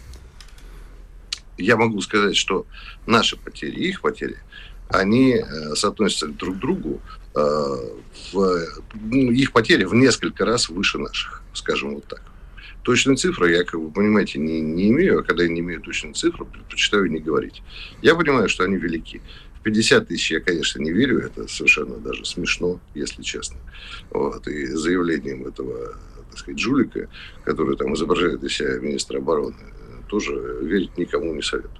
[SPEAKER 5] Я могу сказать, что наши потери и их потери, они э, соотносятся друг к другу. В, ну, их потери в несколько раз выше наших, скажем вот так. Точные цифры я, как вы понимаете, не, не имею, а когда я не имею точные цифры, предпочитаю не говорить. Я понимаю, что они велики. В пятьдесят тысяч я, конечно, не верю, это совершенно даже смешно, если честно. Вот. И заявлением этого, так сказать, жулика, который там изображает из себя министра обороны, тоже верить никому не советую.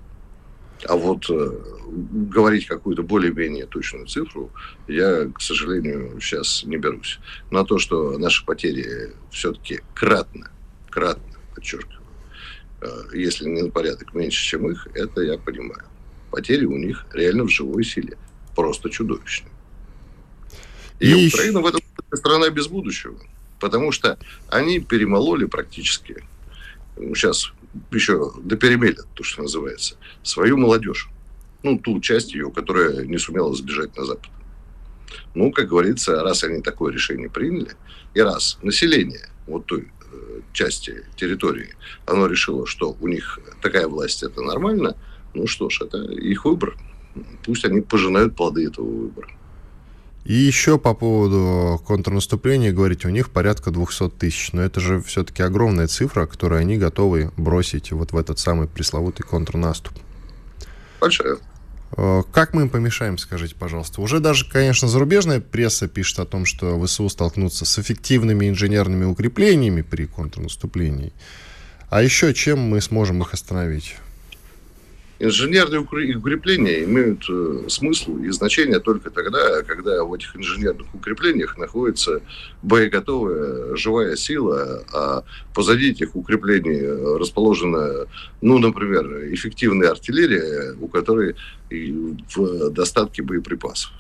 [SPEAKER 5] А вот э, говорить какую-то более-менее точную цифру я, к сожалению, сейчас не берусь. На то, что наши потери все-таки кратно, кратно, подчеркиваю, э, если не на порядок меньше, чем их, это я понимаю. Потери у них реально в живой силе просто чудовищные. И, и Украина в этом страна без будущего, потому что они перемололи практически, сейчас еще доперемелят, то, что называется, свою молодежь. Ну, ту часть ее, которая не сумела сбежать на Запад. Ну, как говорится, раз они такое решение приняли, и раз население вот той э, части территории, оно решило, что у них такая власть, это нормально, ну что ж, это их выбор. Пусть они пожинают плоды этого выбора.
[SPEAKER 2] И еще по поводу контрнаступления, говорите, у них порядка двухсот тысяч. Но это же все-таки огромная цифра, которую они готовы бросить вот в этот самый пресловутый контрнаступ.
[SPEAKER 5] Большая.
[SPEAKER 2] Как мы им помешаем, скажите, пожалуйста? Уже даже, конечно, зарубежная пресса пишет о том, что ВСУ столкнутся с эффективными инженерными укреплениями при контрнаступлении. А еще чем мы сможем их остановить?
[SPEAKER 5] Инженерные укрепления имеют э, смысл и значение только тогда, когда в этих инженерных укреплениях находится боеготовая живая сила, а позади этих укреплений расположена, ну, например, эффективная артиллерия, у которой в достатке боеприпасов.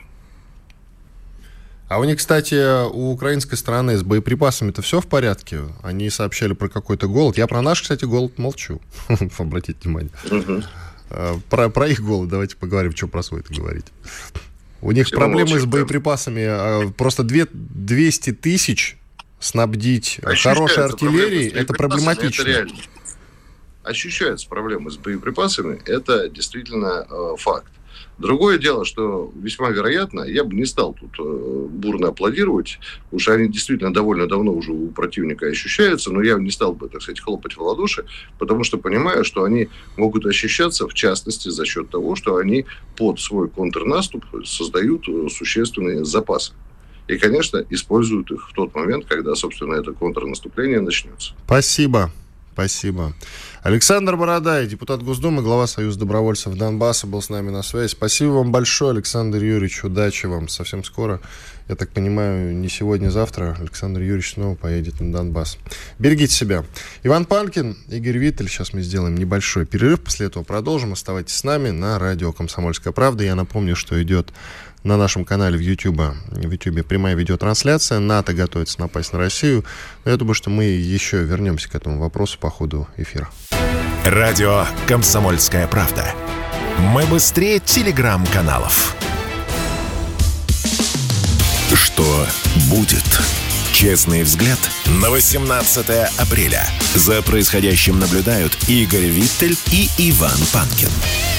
[SPEAKER 2] А у них, кстати, у украинской стороны с боеприпасами-то все в порядке? Они сообщали про какой-то голод. Я про наш, кстати, голод молчу. Обратите внимание. Угу. Про, про их голод давайте поговорим, что про свой-то говорить. У них Все проблемы молчим, с боеприпасами. Просто двести тысяч снабдить хорошей артиллерией, это проблематично. Это реально.
[SPEAKER 5] Ощущаются проблемы с боеприпасами, это действительно э, факт. Другое дело, что весьма вероятно, я бы не стал тут э, бурно аплодировать, потому что они действительно довольно давно уже у противника ощущаются, но я не стал бы, так сказать, хлопать в ладоши, потому что понимаю, что они могут ощущаться, в частности, за счет того, что они под свой контрнаступ создают существенные запасы. И, конечно, используют их в тот момент, когда, собственно, это контрнаступление начнется.
[SPEAKER 2] Спасибо. Спасибо. Александр Бородай, депутат Госдумы, глава Союза добровольцев Донбасса, был с нами на связи. Спасибо вам большое, Александр Юрьевич. Удачи вам. Совсем скоро, я так понимаю, не сегодня, а завтра Александр Юрьевич снова поедет на Донбасс. Берегите себя. Иван Панкин, Игорь Виттель. Сейчас мы сделаем небольшой перерыв. После этого продолжим. Оставайтесь с нами на радио «Комсомольская правда». Я напомню, что идет на нашем канале в YouTube, в YouTube прямая видеотрансляция. НАТО готовится напасть на Россию. Но я думаю, что мы еще вернемся к этому вопросу по ходу эфира.
[SPEAKER 1] Радио «Комсомольская правда». Мы быстрее телеграм-каналов. Что будет? Честный взгляд на восемнадцатое апреля. За происходящим наблюдают Игорь Виттель и Иван Панкин.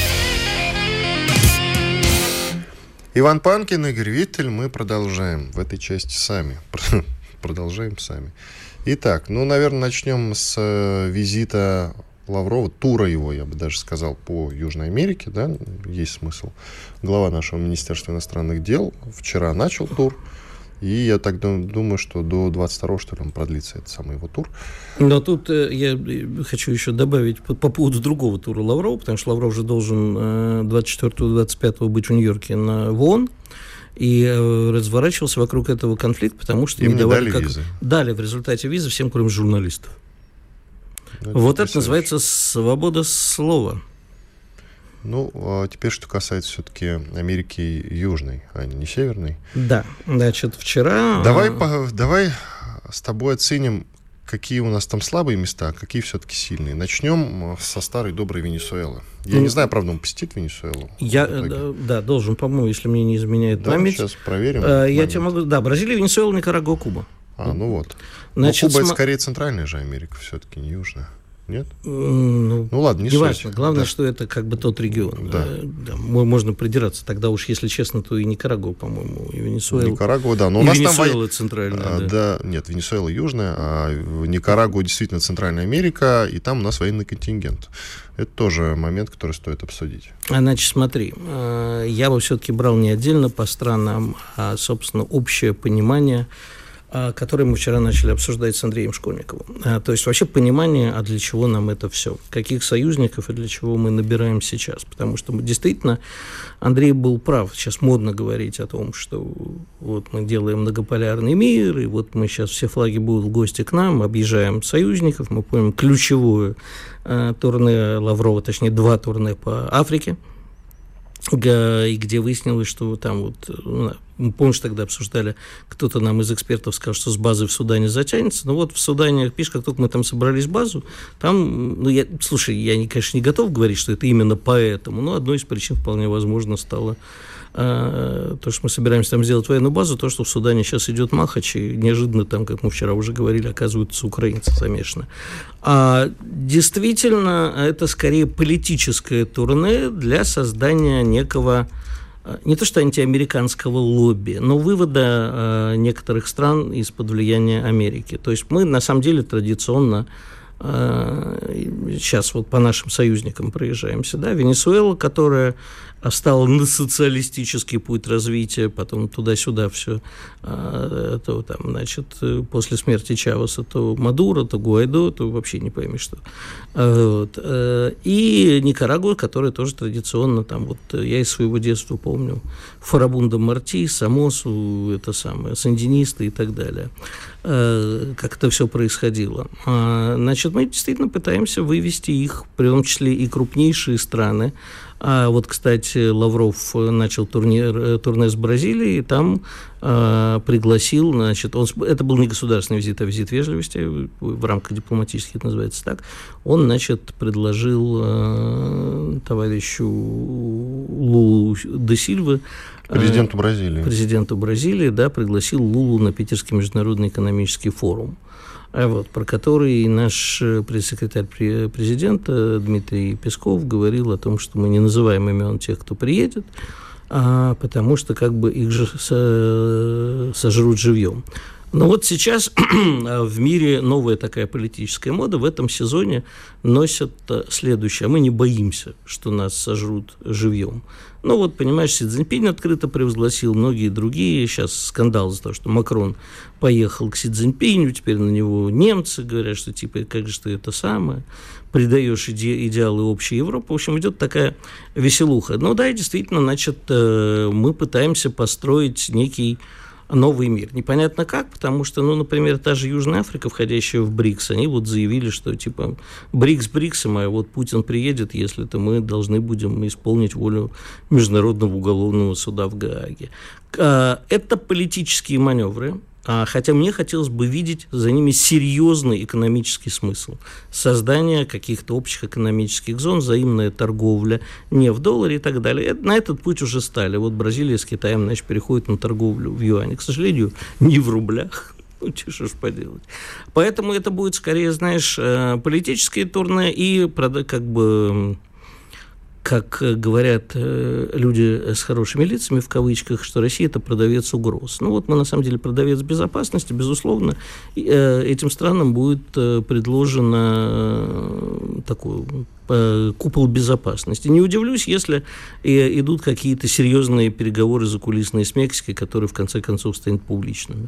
[SPEAKER 2] Иван Панкин, Игорь Виттель. Мы продолжаем в этой части сами. Продолжаем сами. Итак, ну, наверное, начнем с визита Лаврова, тура его, я бы даже сказал, по Южной Америке, да, есть смысл. Глава нашего Министерства иностранных дел вчера начал тур, и я так думаю, что до двадцать второго, что ли, он продлится, этот самый его тур.
[SPEAKER 3] Но тут э, я хочу еще добавить по, по поводу другого тура Лаврова, потому что Лавров же должен э, двадцать четвёртого - двадцать пятого быть в Нью-Йорке на, в ООН, и э, разворачивался вокруг этого конфликт, потому что
[SPEAKER 2] им
[SPEAKER 3] не давали,
[SPEAKER 2] дали
[SPEAKER 3] как,
[SPEAKER 2] визы.
[SPEAKER 3] Дали в результате визы всем, кроме журналистов.
[SPEAKER 2] Ну,
[SPEAKER 3] вот это называется свобода слова.
[SPEAKER 2] Ну, а теперь, что касается все-таки Америки Южной, а не Северной.
[SPEAKER 3] Да, значит, вчера...
[SPEAKER 2] Давай, по, давай с тобой оценим, какие у нас там слабые места, а какие все-таки сильные. Начнем со старой доброй Венесуэлы. Я ну, не знаю, правда, он посетит Венесуэлу?
[SPEAKER 3] Я, да, да, должен, по-моему, если мне не изменяет
[SPEAKER 2] да,
[SPEAKER 3] память.
[SPEAKER 2] Сейчас проверим.
[SPEAKER 3] А, я тебе могу... Да, Бразилия, Венесуэла, Никарагуа, Куба.
[SPEAKER 2] А, ну вот.
[SPEAKER 3] Значит,
[SPEAKER 2] Но Куба,
[SPEAKER 3] см...
[SPEAKER 2] это скорее центральная же Америка, все-таки не южная. Нет?
[SPEAKER 3] Ну,
[SPEAKER 2] ну ладно, не,
[SPEAKER 3] не
[SPEAKER 2] суть.
[SPEAKER 3] важно. Главное,
[SPEAKER 2] да.
[SPEAKER 3] что это как бы тот регион.
[SPEAKER 2] Да.
[SPEAKER 3] Да, можно придираться. Тогда уж, если честно, то и Никарагуа, по-моему, и Венесуэла.
[SPEAKER 2] Никарагуа, да. Но
[SPEAKER 3] и
[SPEAKER 2] у нас
[SPEAKER 3] Венесуэла
[SPEAKER 2] там...
[SPEAKER 3] центральная.
[SPEAKER 2] А,
[SPEAKER 3] да.
[SPEAKER 2] да. Нет, Венесуэла южная, а Никарагуа действительно Центральная Америка, и там у нас военный контингент. Это тоже момент, который стоит обсудить.
[SPEAKER 3] Значит, смотри, я бы все-таки брал не отдельно по странам, а, собственно, общее понимание, который мы вчера начали обсуждать с Андреем Школьниковым. То есть вообще понимание, а для чего нам это все, каких союзников и для чего мы набираем сейчас. Потому что мы действительно, Андрей был прав, сейчас модно говорить о том, что вот мы делаем многополярный мир, и вот мы сейчас все флаги будут в гости к нам, объезжаем союзников, мы помним ключевое э, турне Лаврова, точнее два турне по Африке, и где выяснилось, что там вот, мы, помнишь, тогда обсуждали, кто-то нам из экспертов сказал, что с базой в Судане затянется, но вот в Судане, пишешь, как только мы там собрались базу, там, ну, я, слушай, я, конечно, не готов говорить, что это именно поэтому, но одной из причин вполне возможно стало а, то, что мы собираемся там сделать военную базу, то, что в Судане сейчас идет махач, и неожиданно там, как мы вчера уже говорили, оказываются украинцы замешаны. А действительно, это скорее политическое турне для создания некого, не то что антиамериканского лобби, но вывода э, некоторых стран из-под влияния Америки. То есть мы, на самом деле, традиционно э, сейчас вот по нашим союзникам проезжаемся, да, Венесуэла, которая стала на социалистический путь развития, потом туда-сюда все, э, то там, значит, после смерти Чавеса то Мадуро, то Гуайдо, то вообще не пойми что. Э, вот, э, и Никарагуа, которая тоже традиционно, там, вот, я из своего детства помню, Фарабунда Марти, Самосу, это самое, сандинисты и так далее. Э, как это все происходило. А, значит, мы действительно пытаемся вывести их, в том числе и крупнейшие страны. А вот, кстати, Лавров начал турнир, турне с Бразилией, и там э, пригласил, значит, он, это был не государственный визит, а визит вежливости, в, в рамках дипломатических, это называется так, он, значит, предложил э, товарищу Лулу де Сильве,
[SPEAKER 2] президенту Бразилии.
[SPEAKER 3] Президенту Бразилии, да, пригласил Лулу на Питерский международный экономический форум. вот, про который наш пресс-секретарь президента Дмитрий Песков говорил о том, что мы не называем имен тех, кто приедет, а потому что как бы их же сожрут живьем. Но вот сейчас в мире новая такая политическая мода в этом сезоне носят следующее. Мы не боимся, что нас сожрут живьем. Ну вот, понимаешь, Си Цзиньпинь открыто превозгласил, многие другие. Сейчас скандал из-за того, что Макрон поехал к Си Цзиньпиню, теперь на него немцы говорят, что типа, как же ты это самое, предаешь иде- идеалы общей Европы. В общем, идет такая веселуха. Ну да, и действительно, значит, мы пытаемся построить некий новый мир. Непонятно как, потому что, ну, например, та же Южная Африка, входящая в БРИКС, они вот заявили, что, типа, БРИКС БРИКСом, а вот Путин приедет, если то мы должны будем исполнить волю Международного уголовного суда в Гааге. Это политические маневры, хотя мне хотелось бы видеть за ними серьезный экономический смысл. Создание каких-то общих экономических зон, взаимная торговля не в долларе и так далее. На этот путь уже стали. Вот Бразилия с Китаем, значит, переходит на торговлю в юане. К сожалению, не в рублях. Ну, что ж поделать. Поэтому это будет, скорее, знаешь, политическое турне и, как бы... как говорят люди с хорошими лицами, в кавычках, что Россия – это продавец угроз. Ну вот мы, на самом деле, продавец безопасности, безусловно. Этим странам будет предложено такой купол безопасности. Не удивлюсь, если идут какие-то серьезные переговоры закулисные с Мексикой, которые, в конце концов, станут публичными.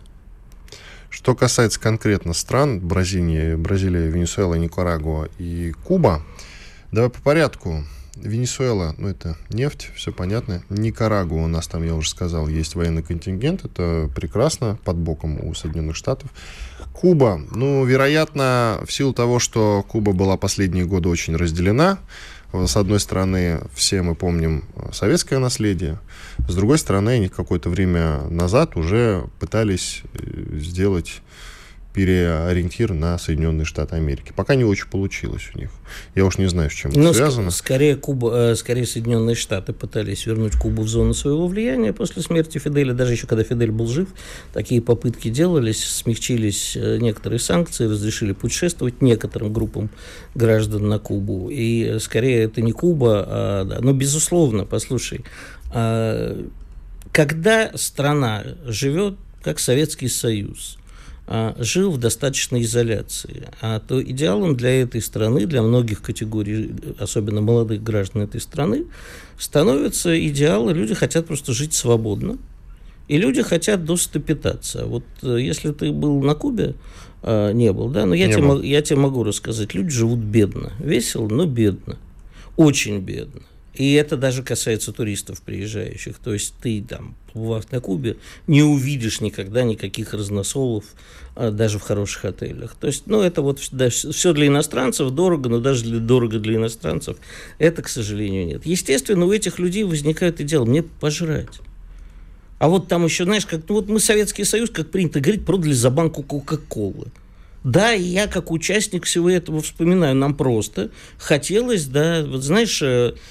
[SPEAKER 2] Что касается конкретно стран, Бразилия, Бразилия, Венесуэла, Никарагуа и Куба, давай по порядку. Венесуэла, ну, это нефть, все понятно. Никарагуа, у нас там, я уже сказал, есть военный контингент, это прекрасно, под боком у Соединенных Штатов. Куба, ну, вероятно, в силу того, что Куба была последние годы очень разделена, с одной стороны, все мы помним советское наследие, с другой стороны, они какое-то время назад уже пытались сделать переориентир на Соединенные Штаты Америки. Пока не очень получилось у них. Я уж не знаю, с чем это
[SPEAKER 3] Но
[SPEAKER 2] связано.
[SPEAKER 3] Ск- скорее, Куба, скорее Соединенные Штаты пытались вернуть Кубу в зону своего влияния после смерти Фиделя. Даже еще когда Фидель был жив, такие попытки делались, смягчились некоторые санкции, разрешили путешествовать некоторым группам граждан на Кубу. И скорее это не Куба, а, да. Но безусловно, послушай, а, когда страна живет как Советский Союз, жил в достаточной изоляции, а то идеалом для этой страны, для многих категорий, особенно молодых граждан этой страны, становятся идеалы. Люди хотят просто жить свободно, и люди хотят досыта питаться. Вот если ты был на Кубе, не был, да, но я, тебе, я тебе могу рассказать, люди живут бедно, весело, но бедно, очень бедно. И это даже касается туристов, приезжающих. То есть ты там, побывав на Кубе, не увидишь никогда никаких разносолов, даже в хороших отелях. То есть, ну, это вот да, все для иностранцев дорого, но даже для, дорого для иностранцев это, к сожалению, нет. Естественно, у этих людей возникает идеал: мне пожрать. А вот там еще, знаешь, как, ну, вот мы Советский Союз, как принято говорить, продали за банку Кока-Колы. Да, и я, как участник всего этого, вспоминаю, нам просто хотелось, да, вот знаешь,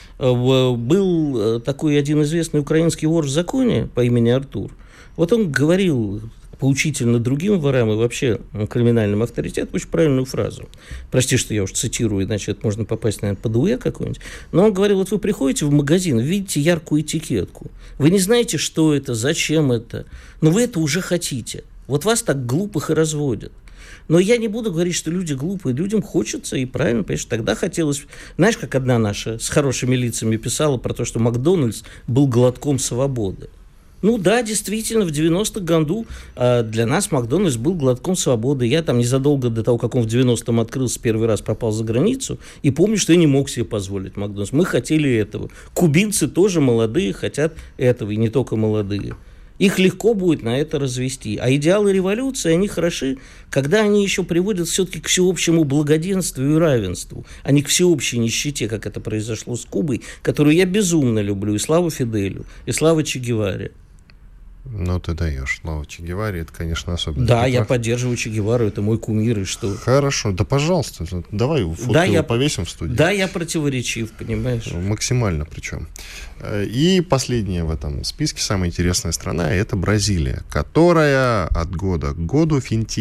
[SPEAKER 3] был такой один известный украинский вор в законе по имени Артур. Вот он говорил поучительно другим ворам и вообще криминальным авторитетам очень правильную фразу. Прости, что я уж цитирую, иначе это можно попасть, наверное, под УЭ какой-нибудь. Но он говорил: вот вы приходите в магазин, видите яркую этикетку, вы не знаете, что это, зачем это, но вы это уже хотите. Вот вас так глупых и разводят. Но я не буду говорить, что люди глупые. Людям хочется, и правильно, понимаешь, тогда хотелось... Знаешь, как одна наша с хорошими лицами писала про то, что Макдональдс был глотком свободы. Ну да, действительно, в девяностых году э, для нас Макдональдс был глотком свободы. Я там незадолго до того, как он в девяностом открылся, первый раз попал за границу, и помню, что я не мог себе позволить Макдональдс. Мы хотели этого. Кубинцы тоже молодые, хотят этого, и не только молодые. Их легко будет на это развести. А идеалы революции, они хороши, когда они еще приводят все-таки к всеобщему благоденствию и равенству, а не к всеобщей нищете, как это произошло с Кубой, которую я безумно люблю. И слава Фиделю, и слава Че Геваре.
[SPEAKER 2] Ну, ты даешь. Слава Че Геваре, это, конечно, особенно.
[SPEAKER 3] Да, я поддерживаю Че Гевару, это мой кумир, и что?
[SPEAKER 2] Хорошо, да пожалуйста, давай фотку
[SPEAKER 3] да, я,
[SPEAKER 2] повесим в студии.
[SPEAKER 3] Да, я противоречив, понимаешь?
[SPEAKER 2] Максимально причем. И последняя в этом списке, самая интересная страна, это Бразилия, которая от года к году финтит.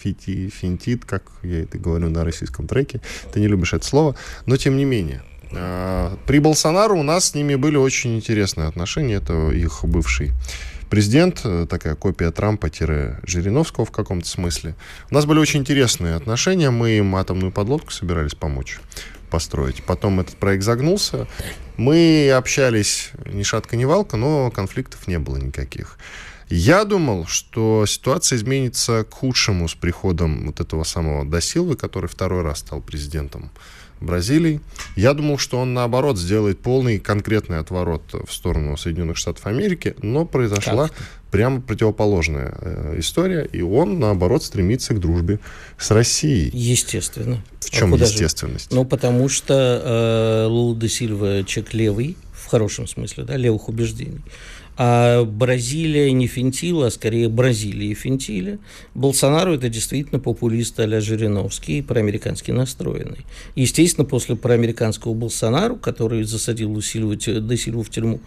[SPEAKER 2] фити, финтит, как я это говорю на российском треке. Ты не любишь это слово, но тем не менее. При Болсонару у нас с ними были очень интересные отношения. Это их бывший президент, такая копия Трампа-Жириновского в каком-то смысле. У нас были очень интересные отношения. Мы им атомную подлодку собирались помочь построить. Потом этот проект загнулся. Мы общались ни шатка, ни валка, но конфликтов не было никаких. Я думал, что ситуация изменится к худшему с приходом вот этого самого да Силвы, который второй раз стал президентом Бразилии. Я думал, что он, наоборот, сделает полный конкретный отворот в сторону Соединенных Штатов Америки, но произошла как-то прямо противоположная э, история, и он, наоборот, стремится к дружбе с Россией.
[SPEAKER 3] Естественно.
[SPEAKER 2] В чем а естественность?
[SPEAKER 3] Же? Ну, потому что э, Лула да Сильва человек левый, в хорошем смысле, да, левых убеждений. А Бразилия не финтила, а скорее Бразилия финтила. Болсонару это действительно популист а-ля Жириновский, проамерикански настроенный. Естественно, после проамериканского Болсонару, который засадил да Сильву в тюрьму,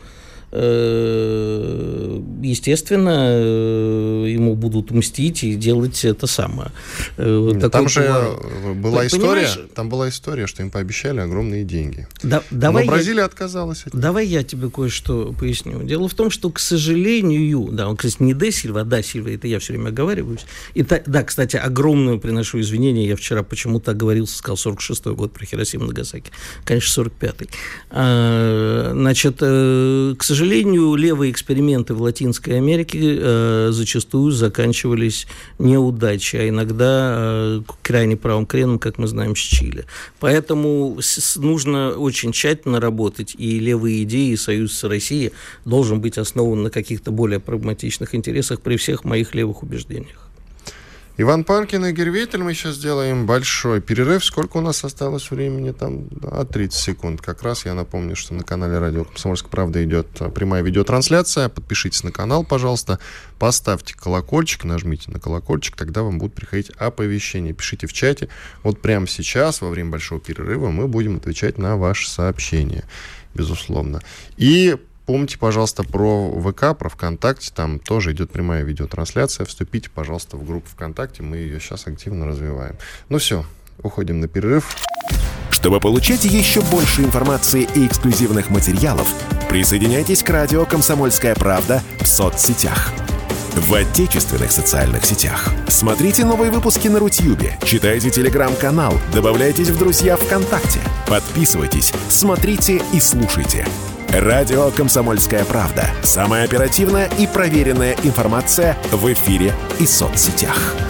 [SPEAKER 3] естественно, ему будут мстить и делать это самое.
[SPEAKER 2] Нет, там же была история, там была история, что им пообещали огромные деньги. Да, давай Но Бразилия я, отказалась от них.
[SPEAKER 3] Давай я тебе кое-что поясню. Дело в том, что, к сожалению, да, он, кстати, не да Сильва, а да Сильва, это я все время оговариваюсь. И та, да, кстати, огромную приношу извинения, я вчера почему-то оговорился, сказал сорок шестой год про Хиросиму и Нагасаки. Конечно, сорок пятый. А, значит, к сожалению, К сожалению, левые эксперименты в Латинской Америке э, зачастую заканчивались неудачей, а иногда э, крайне правым креном, как мы знаем, с Чили. Поэтому с, нужно очень тщательно работать, и левые идеи, и союз с Россией должен быть основан на каких-то более прагматичных интересах при всех моих левых убеждениях.
[SPEAKER 2] Иван Панкин, Игорь Виттель. Мы сейчас сделаем большой перерыв. Сколько у нас осталось времени? Там а, тридцать секунд. Как раз я напомню, что на канале радио «Комсомольская правда» идет прямая видеотрансляция. Подпишитесь на канал, пожалуйста. Поставьте колокольчик, нажмите на колокольчик, тогда вам будут приходить оповещения. Пишите в чате. Вот прямо сейчас, во время большого перерыва, мы будем отвечать на ваши сообщения, безусловно. И помните, пожалуйста, про ВК, про ВКонтакте, там тоже идет прямая видеотрансляция. Вступите, пожалуйста, в группу ВКонтакте, мы ее сейчас активно развиваем. Ну все, уходим на перерыв.
[SPEAKER 1] Чтобы получать еще больше информации и эксклюзивных материалов, присоединяйтесь к радио «Комсомольская правда» в соцсетях. В отечественных социальных сетях. Смотрите новые выпуски на Рутьюбе, читайте телеграм-канал, добавляйтесь в друзья ВКонтакте, подписывайтесь, смотрите и слушайте. Радио «Комсомольская правда». Самая оперативная и проверенная информация в эфире и соцсетях.